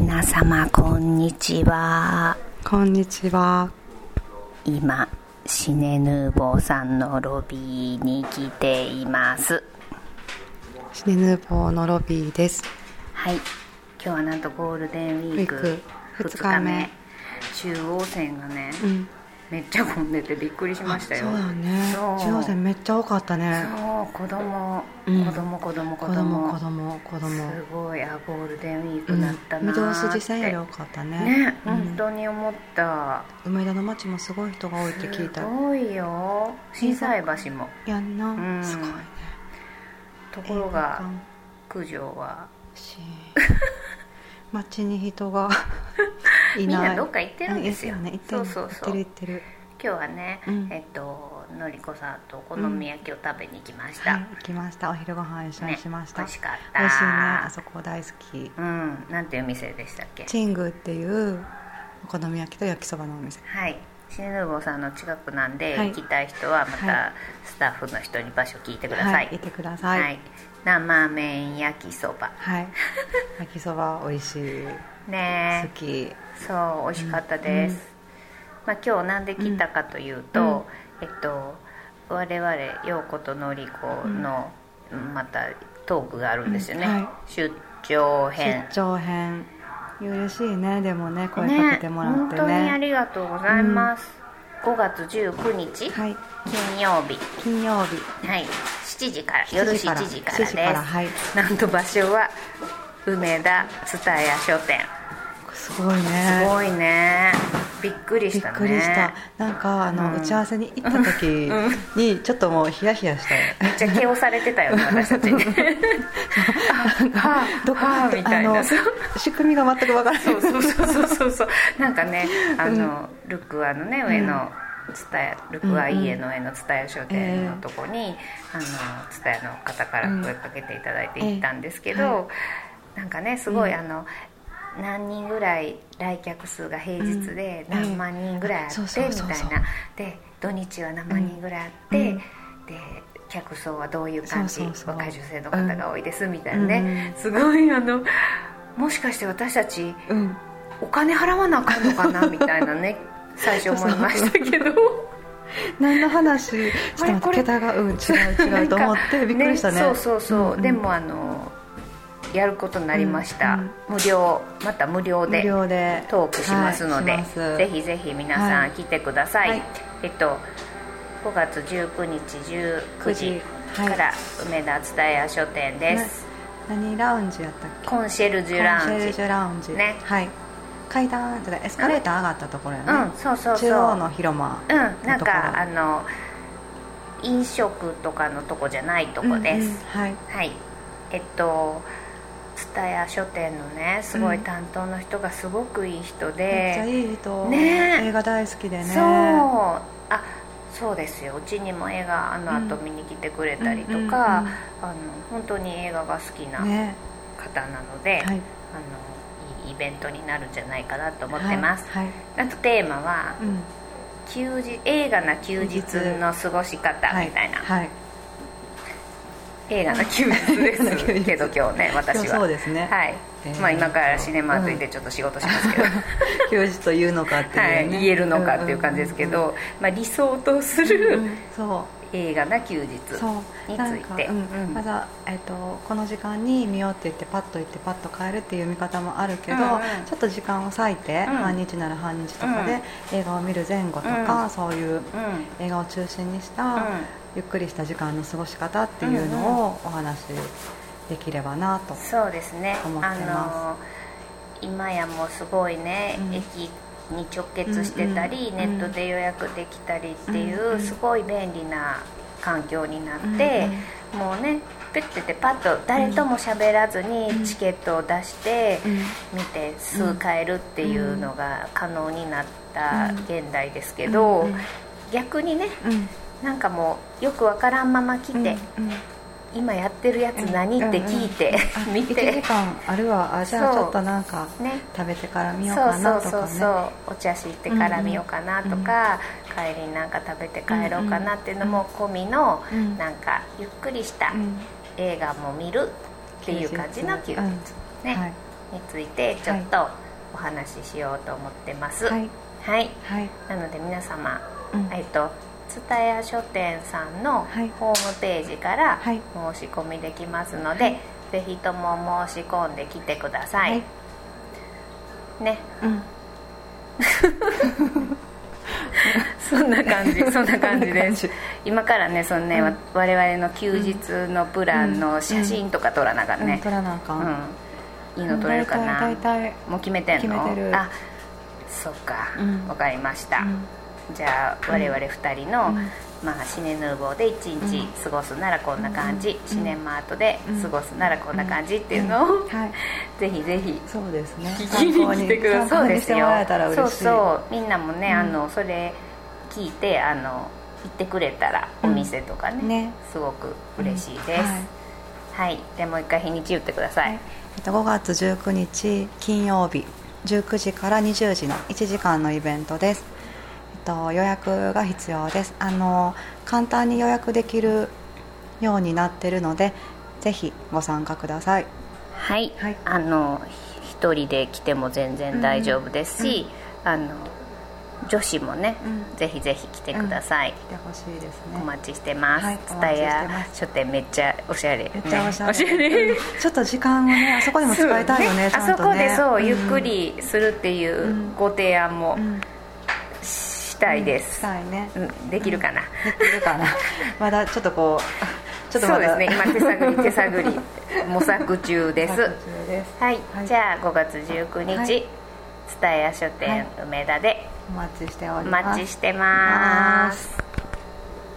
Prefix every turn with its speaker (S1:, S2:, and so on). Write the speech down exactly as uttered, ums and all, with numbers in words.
S1: 皆様こんにちは。
S2: こんにちは。
S1: 今シネヌーボーさんのロビーに来ています。
S2: シネヌーボーのロビーです。
S1: はい、今日はなんとゴールデンウィークふつかめ、中央線がね、うん、めっちゃ混んでてびっくりしましたよ。
S2: そうだね。中央線めっちゃ多かったね。
S1: そう子供、うん、子供子供子供
S2: 子供子供
S1: すごい、あゴールデンウィークだったなーって、
S2: うん、御堂筋線より多かったね。
S1: ね、うん、本当に思った。
S2: 梅田の街もすごい人が多いって聞いた。
S1: すごいよ。心斎橋も
S2: やんな、うん、すごいね。
S1: ところが九条は
S2: 街に人がいない。
S1: みんなどっか行ってるんですよ。
S2: ね、行ってる、そうそうそう、行ってる行ってる。
S1: 今日はね、うん、えっとのりこさんとお好み焼きを食べに来ました、
S2: うん、はい、行きました。お昼ご飯一緒にしました、
S1: ね、美味しかった。
S2: 美味しいね、あそこ大好き。
S1: うん、なんていう店でしたっけ？
S2: チングっていうお好み焼きと焼きそばのお店。
S1: はい、シネヌーボーさんの近くなんで、はい、行きたい人はまたスタッフの人に場所聞いてください。
S2: はい、行ってください。はい、
S1: 生麺焼きそば、
S2: はい、焼きそば美味しい
S1: ね、
S2: 好き。
S1: そう美味しかったです、うん、まあ、今日なんで来たかというと、うん、えっと我々陽子とのりこのまたトークがあるんですよね、うん、はい、出張編
S2: 出張編嬉しいね。でもね、声かけてもらってね、
S1: 本当にありがとうございます、うん、ごがつじゅうくにち、はい、金曜日
S2: 金曜日、
S1: はい、しちじから夜しちじからです。
S2: はい、
S1: なんと場所は梅田蔦屋書店。
S2: すごいね。
S1: すごいね。びっくりしたね。
S2: びっくりした。なんかあの、うん、打ち合わせに行った時にちょっともうヒヤヒヤしたよ。
S1: めっちゃ気をされてたよね、私たちに。
S2: あどこかみたいな。仕組みが全くわからない。
S1: そうそうそうそうそう。なんかね、あの、うん、ルクアのね上のツタヤ、ルクア家の上の蔦屋書店のとこに、うんうん、あのツタヤの方から声かけていただいて行ったんですけど、うんはい、なんかねすごい、うん、あの。何人ぐらい来客数が平日で何万人ぐらいあってみたいな、で土日は何万人ぐらいあって、うん、で客層はどういう感じ、そうそうそう、若い女性の方が多いですみたいなね、うん、すごいあのもしかして私たち、うん、お金払わなあかんのかなみたいなね最初思いましたけど
S2: 何の話ちょっと待って桁が、うん、違う違うと思ってびっくりしたね。
S1: そうそうそう、うんうん、でもあのやることになりました、うんうん、無料また無料でトークしますので、はい、ぜひぜひ皆さん来てください、はい、えっとごがつじゅうくにちじゅうくじから梅田蔦屋書店です、
S2: はい、何ラウンジやったっけ？
S1: コンシェルジュラウンジ。
S2: コンシェルジュラウンジね、はい、階段エスカレーター上がったところやね、
S1: うん、そうそうそう、
S2: 中央の広間のところ、
S1: うん、なんかあの飲食とかのとこじゃないとこです、うんうん、はい、はい、えっと蔦屋書店のねすごい担当の人がすごくいい人で、
S2: めっちゃいい人、
S1: ね、
S2: 映画大好きでね。
S1: そう、あそうですよ、うちにも映画あの後見に来てくれたりとか、うんうんうんうん、あの本当に映画が好きな方なので、ね、はい、あのいいイベントになるんじゃないかなと思ってます、はいはい、あとテーマは、うん、休日映画な休日の過ごし方みたいな、はいはい、映画の休日ですけど今日ね私は
S2: そうですね、
S1: はい、えーまあ、今からシネマーズでちょっと仕事しますけど、うん、
S2: 休日というのかっていう、ね、
S1: はい、言えるのかっていう感じですけど、うんうんうん、まあ、理想とする、うんうん、そう映画な休日について、
S2: うんうん、まだ、えー、とこの時間に見ようって言ってパッと行ってパッと帰るっていう見方もあるけど、うんうん、ちょっと時間を割いて、うん、半日なら半日とかで、うん、映画を見る前後とか、うん、そういう映画を中心にした、うん、ゆっくりした時間の過ごし方っていうのをお話しできればなと思ってます。
S1: そうですね、あの今やもうすごいね、うん、駅に直結してたり、うんうん、ネットで予約できたりっていう、うんうん、すごい便利な環境になって、うんうん、もうねペッててパッと誰とも喋らずにチケットを出して見てすぐ帰るっていうのが可能になった現代ですけど、うんうん、逆にね、うん、なんかもうよくわからんまま来て、うんうん、今やってるやつ何、うん、って聞いて、うんうん、見て
S2: いちじかんあるわ、あじゃあちょっとなんか、ね、食べてから見ようかなとかね、そうそうそうそう、
S1: お茶してから見ようかなとか、うんうん、帰りになんか食べて帰ろうかなっていうのも込みの、うん、なんかゆっくりした映画も見るっていう感じの休日、うん、ね、はい、 についてちょっとお話ししようと思ってます。はい、
S2: はい
S1: はい、なので皆様、
S2: うん、
S1: えっと蔦屋書店さんのホームページから申し込みできますので、はい、ぜひとも申し込んできてください、はい、ね、うん、そんな感じそんな感じです今からねそのね、うん、我々の休日のプランの写真とか撮らなあかんね、
S2: うん、撮らなあかん、
S1: うん、いいの撮れるかな。
S2: 大体
S1: もう決めてんの？
S2: 決めてる。
S1: あ、そっか、
S2: うん、
S1: わかりました、うん、じゃあ我々ふたりの、うん、まあ、シネヌーボーでいちにち過ごすならこんな感じ、うん、シネマートで過ごすならこんな感じっていうのを、うんはい、ぜひぜひ
S2: そうですね、
S1: 聞きに来てください。そうですよ。そうそう、みんなもね、うん、あのそれ聞いてあの行ってくれたらお店とかね、うんね、すごく嬉しいです、うんはい、はい、でもう一回日にち言ってください、はい、
S2: ごがつじゅうくにち金曜日じゅうくじからにじゅうじのいちじかんのイベントです。予約が必要です。あの簡単に予約できるようになっているのでぜひご参加ください。
S1: はい、はい、あの一人で来ても全然大丈夫ですし、うんうん、あの女子もね、うん、ぜひぜひ来てください、うん、
S2: 来てほしいですね。
S1: お待ちしてます。蔦屋書店めっちゃおしゃれ、
S2: めっちゃおしゃれ、ね、ちょっと時間をねあそこでも使いたいよね、ね、ちゃんとね、
S1: あそこでそう、うん、ゆっくりするっていうご提案も、うんしたいです、うん、
S2: したいね、
S1: うん、できるかな、
S2: できるかなまだちょっとこうちょっとまだ
S1: そうですね、今手探り手探り模索中です。はい、はい、じゃあごがつじゅうくにち蔦屋書店梅田で
S2: お待ちしております。
S1: お待ちしてます。